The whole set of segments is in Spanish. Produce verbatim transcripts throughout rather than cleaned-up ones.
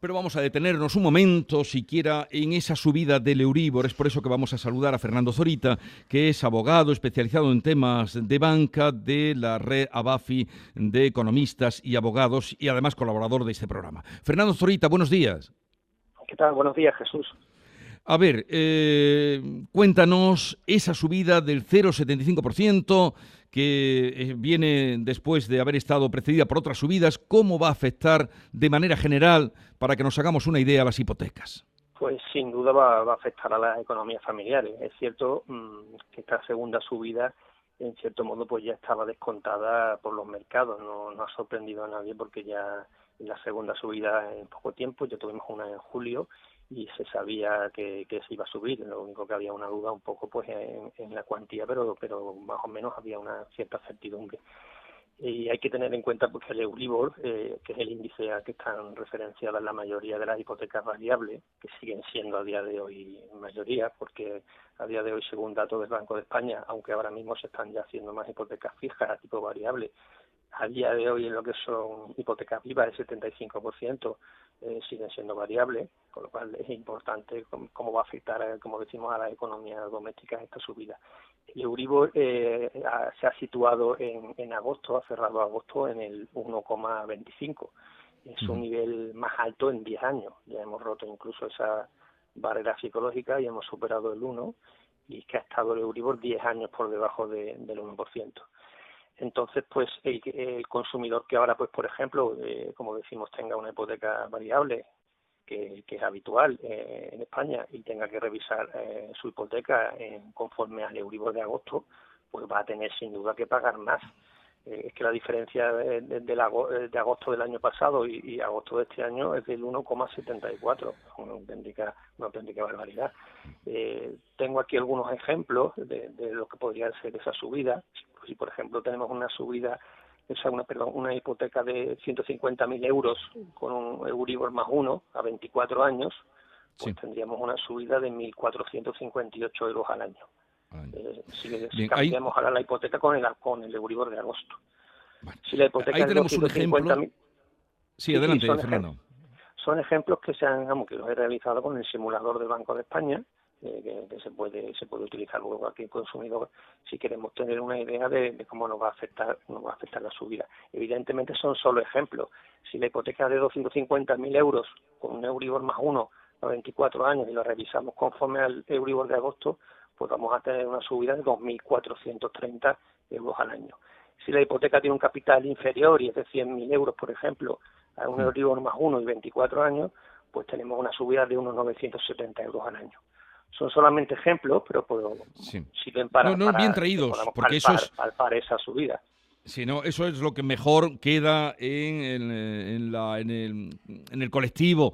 Pero vamos a detenernos un momento, siquiera, en esa subida del Euribor. Es por eso que vamos a saludar a Fernando Zorita, que es abogado especializado en temas de banca de la red ABAFI de economistas y abogados y además colaborador de este programa. Fernando Zorita, buenos días. ¿Qué tal? Buenos días, Jesús. A ver, eh, cuéntanos esa subida del cero coma setenta y cinco por ciento que viene después de haber estado precedida por otras subidas. ¿Cómo va a afectar de manera general, para que nos hagamos una idea, a las hipotecas? Pues sin duda va, va a afectar a las economías familiares. Es cierto mmm, que esta segunda subida, en cierto modo, pues ya estaba descontada por los mercados. No, no ha sorprendido a nadie porque ya la segunda subida en poco tiempo, ya tuvimos una en julio, y se sabía que, que se iba a subir. Lo único que había una duda un poco pues en, en la cuantía, pero pero más o menos había una cierta certidumbre. Y hay que tener en cuenta porque el Euribor, eh, que es el índice al que están referenciadas la mayoría de las hipotecas variables, que siguen siendo a día de hoy mayoría, porque a día de hoy, según datos del Banco de España, aunque ahora mismo se están ya haciendo más hipotecas fijas a tipo variable, a día de hoy en lo que son hipotecas vivas, el setenta y cinco por ciento eh, siguen siendo variables, con lo cual es importante cómo, cómo va a afectar, a, como decimos, a la economía doméstica esta subida. El Euribor eh, ha, se ha situado en, en agosto, ha cerrado agosto en el uno coma veinticinco. Es un nivel más alto en diez años. Ya hemos roto incluso esa barrera psicológica y hemos superado el uno, y que ha estado el Euribor diez años por debajo de, del uno por ciento. Entonces, pues el, el consumidor que ahora, pues por ejemplo, eh, como decimos, tenga una hipoteca variable, que, que es habitual eh, en España, y tenga que revisar eh, su hipoteca eh, conforme al Euribor de agosto, pues va a tener sin duda que pagar más. Eh, es que la diferencia de, de, de, la, de agosto del año pasado y, y agosto de este año es del uno coma setenta y cuatro, una auténtica, una auténtica barbaridad. Eh, tengo aquí algunos ejemplos de, de lo que podría ser esa subida. Si, por ejemplo, tenemos una subida, esa una, perdón, una hipoteca de ciento cincuenta mil euros con un Euribor más uno a veinticuatro años, pues sí, tendríamos una subida de mil cuatrocientos cincuenta y ocho euros al año. Eh, si, Bien, si cambiamos ahí ahora la hipoteca con el, con el Euribor de agosto. Bueno, si la hipoteca ahí tenemos un ejemplo. mil, sí, sí, adelante, sí, son Fernando. Ejemplos, son ejemplos que se han, vamos, que los he realizado con el simulador del Banco de España, eh, que, que se puede se puede utilizar luego cualquier consumidor si queremos tener una idea de, de cómo nos va a afectar nos va a afectar la subida. Evidentemente son solo ejemplos. Si la hipoteca es de doscientos cincuenta mil euros con un Euribor más uno a veinticuatro años y lo revisamos conforme al Euribor de agosto, pues vamos a tener una subida de dos mil cuatrocientos treinta euros al año. Si la hipoteca tiene un capital inferior y es de cien mil euros, por ejemplo, a un Euribor más uno y veinticuatro años, pues tenemos una subida de unos novecientos setenta euros al año. Son solamente ejemplos, pero, pero sí, sirven para, no, no, para bien traídos, que podamos porque palpar, eso es... palpar esa subida. Sí, no, eso es lo que mejor queda en el, en la, en el, en el colectivo,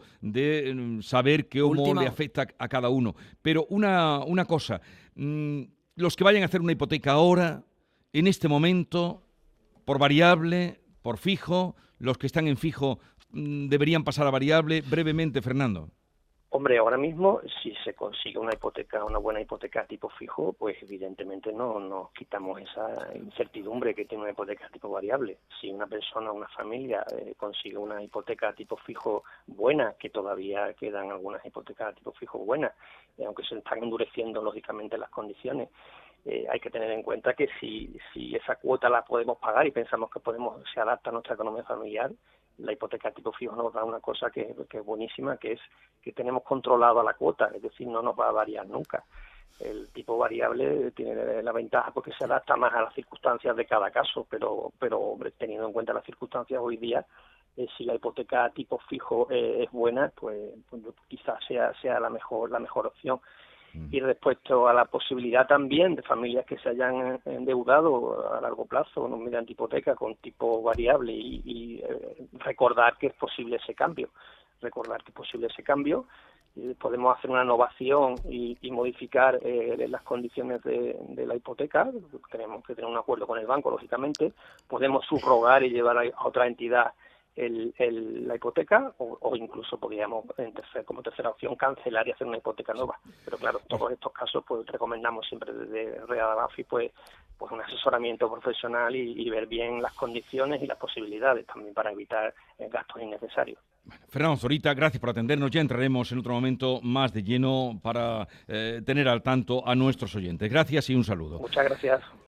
de saber cómo Última. le afecta a cada uno. Pero una, una cosa, mmm, los que vayan a hacer una hipoteca ahora, en este momento, por variable, por fijo, los que están en fijo mmm, deberían pasar a variable. Brevemente, Fernando. Hombre, ahora mismo, si se consigue una hipoteca, una buena hipoteca tipo fijo, pues evidentemente no nos quitamos esa incertidumbre que tiene una hipoteca tipo variable. Si una persona, una familia, eh, consigue una hipoteca tipo fijo buena, que todavía quedan algunas hipotecas tipo fijo buenas, eh, aunque se están endureciendo lógicamente las condiciones, eh, hay que tener en cuenta que si, si esa cuota la podemos pagar y pensamos que podemos se adapta a nuestra economía familiar, la hipoteca tipo fijo nos da una cosa que, que es buenísima, que es que tenemos controlada la cuota, es decir, no nos va a variar nunca. El tipo variable tiene la ventaja porque se adapta más a las circunstancias de cada caso, pero, pero hombre, teniendo en cuenta las circunstancias hoy día, eh, si la hipoteca tipo fijo eh, es buena, pues, pues quizás sea, sea la mejor, la mejor opción. Y respecto a la posibilidad también de familias que se hayan endeudado a largo plazo ¿no? mediante hipoteca con tipo variable y, y eh, recordar que es posible ese cambio, recordar que es posible ese cambio, eh, podemos hacer una innovación y, y modificar eh, las condiciones de, de la hipoteca, tenemos que tener un acuerdo con el banco lógicamente, podemos subrogar y llevar a, a otra entidad El, el, la hipoteca o, o incluso podríamos en tercer, como tercera opción cancelar y hacer una hipoteca nueva, pero claro, en todos estos casos pues recomendamos siempre desde Red ABAFI pues, pues un asesoramiento profesional y, y ver bien las condiciones y las posibilidades también para evitar gastos innecesarios. Bueno, Fernando Zorita, gracias por atendernos. Ya entraremos en otro momento más de lleno para eh, tener al tanto a nuestros oyentes. Gracias y un saludo. Muchas gracias.